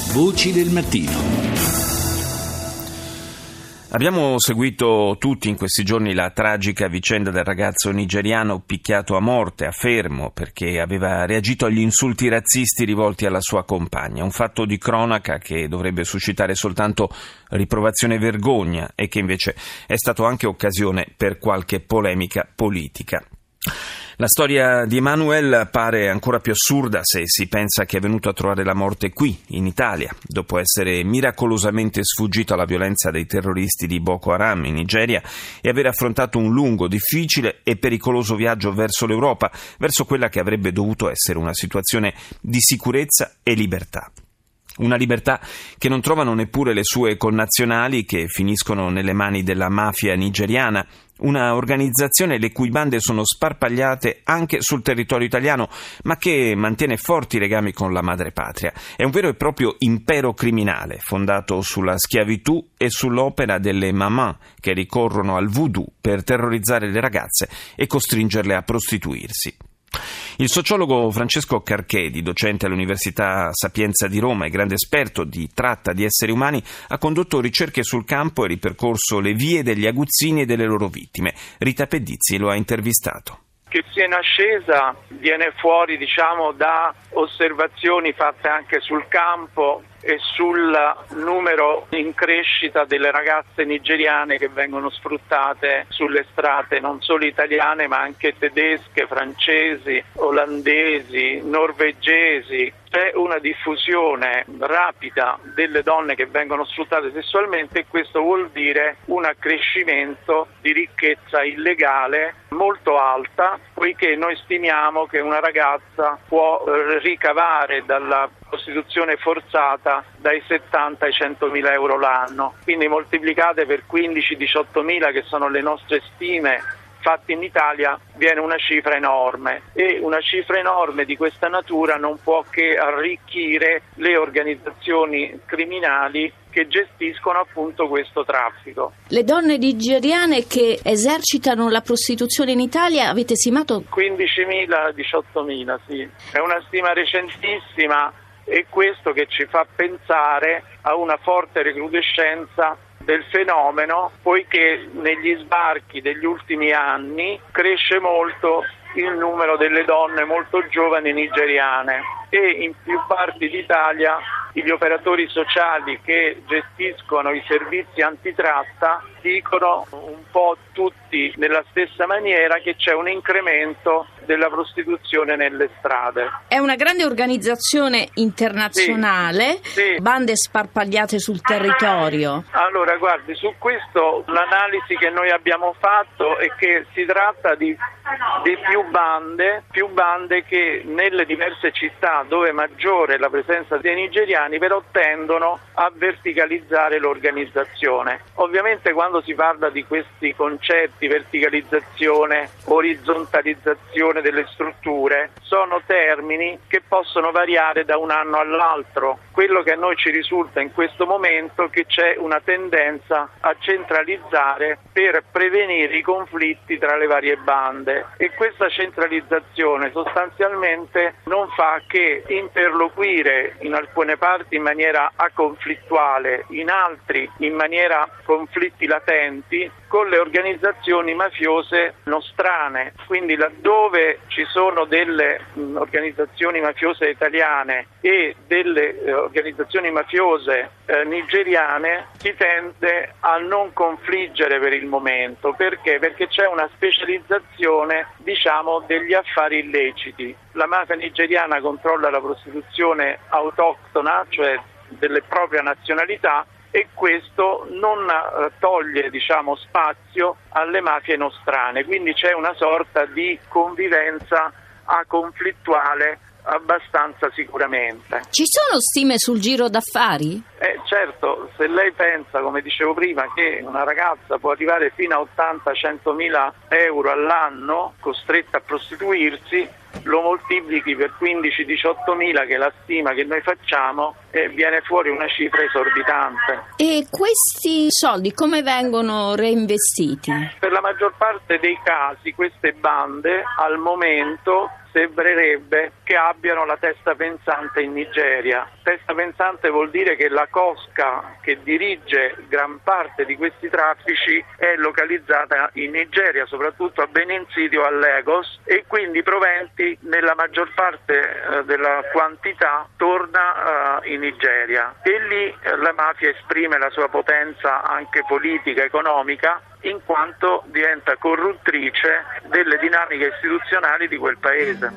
Voci del mattino. Abbiamo seguito tutti in questi giorni la tragica vicenda del ragazzo nigeriano picchiato a morte a Fermo perché aveva reagito agli insulti razzisti rivolti alla sua compagna. Un fatto di cronaca che dovrebbe suscitare soltanto riprovazione e vergogna e che invece è stato anche occasione per qualche polemica politica. La storia di Emanuel pare ancora più assurda se si pensa che è venuto a trovare la morte qui, in Italia, dopo essere miracolosamente sfuggito alla violenza dei terroristi di Boko Haram in Nigeria e aver affrontato un lungo, difficile e pericoloso viaggio verso l'Europa, verso quella che avrebbe dovuto essere una situazione di sicurezza e libertà. Una libertà che non trovano neppure le sue connazionali, che finiscono nelle mani della mafia nigeriana, una organizzazione le cui bande sono sparpagliate anche sul territorio italiano, ma che mantiene forti legami con la madrepatria. È un vero e proprio impero criminale, fondato sulla schiavitù e sull'opera delle mamà che ricorrono al voodoo per terrorizzare le ragazze e costringerle a prostituirsi. Il sociologo Francesco Carchedi, docente all'Università Sapienza di Roma e grande esperto di tratta di esseri umani, ha condotto ricerche sul campo e ripercorso le vie degli aguzzini e delle loro vittime. Rita Pedizzi lo ha intervistato. Che sia in ascesa viene fuori, da osservazioni fatte anche sul campo e sul numero in crescita delle ragazze nigeriane che vengono sfruttate sulle strade, non solo italiane ma anche tedesche, francesi, olandesi, norvegesi. C'è una diffusione rapida delle donne che vengono sfruttate sessualmente e questo vuol dire un accrescimento di ricchezza illegale molto alta, poiché noi stimiamo che una ragazza può ricavare dalla prostituzione forzata dai 70 ai 100.000 euro l'anno, quindi moltiplicate per 15-18.000 che sono le nostre stime fatte in Italia, viene una cifra enorme e una cifra enorme di questa natura non può che arricchire le organizzazioni criminali che gestiscono appunto questo traffico. Le donne nigeriane che esercitano la prostituzione in Italia avete stimato? 15.000, 18.000, sì. È una stima recentissima e questo che ci fa pensare a una forte recrudescenza del fenomeno, poiché negli sbarchi degli ultimi anni cresce molto il numero delle donne molto giovani nigeriane e in più parti d'Italia gli operatori sociali che gestiscono i servizi antitratta dicono un po' tutti nella stessa maniera che c'è un incremento della prostituzione nelle strade. È una grande organizzazione internazionale, sì. Bande sparpagliate sul territorio. Allora, guardi, su questo l'analisi che noi abbiamo fatto è che si tratta di più bande che nelle diverse città dove è maggiore la presenza dei nigeriani però tendono a verticalizzare l'organizzazione. Ovviamente quando si parla di questi concetti, verticalizzazione, orizzontalizzazione delle strutture, sono termini che possono variare da un anno all'altro. Quello che a noi ci risulta in questo momento è che c'è una tendenza a centralizzare per prevenire i conflitti tra le varie bande e questa centralizzazione sostanzialmente non fa che interloquire in alcune parti in maniera aconflittuale, in altri in maniera conflitti latenti con le organizzazioni mafiose nostrane. Quindi laddove ci sono delle organizzazioni mafiose italiane e delle organizzazioni mafiose nigeriane si tende a non confliggere per il momento. Perché? Perché c'è una specializzazione degli affari illeciti. La mafia nigeriana controlla la prostituzione autoctona, cioè delle proprie nazionalità, e questo non toglie spazio alle mafie nostrane, quindi c'è una sorta di convivenza aconflittuale abbastanza sicuramente. Ci sono stime sul giro d'affari? Certo, se lei pensa, come dicevo prima, che una ragazza può arrivare fino a 80-100.000 euro all'anno costretta a prostituirsi, lo moltiplichi per 15-18.000 che è la stima che noi facciamo e viene fuori una cifra esorbitante. E questi soldi come vengono reinvestiti? Per la maggior parte dei casi queste bande al momento, sembrerebbe che abbiano la testa pensante in Nigeria. Testa pensante vuol dire che la cosca che dirige gran parte di questi traffici è localizzata in Nigeria, soprattutto a Benin City o a Lagos, e quindi i proventi nella maggior parte della quantità torna in Nigeria, e lì la mafia esprime la sua potenza anche politica, economica, in quanto diventa corruttrice delle dinamiche istituzionali di quel paese.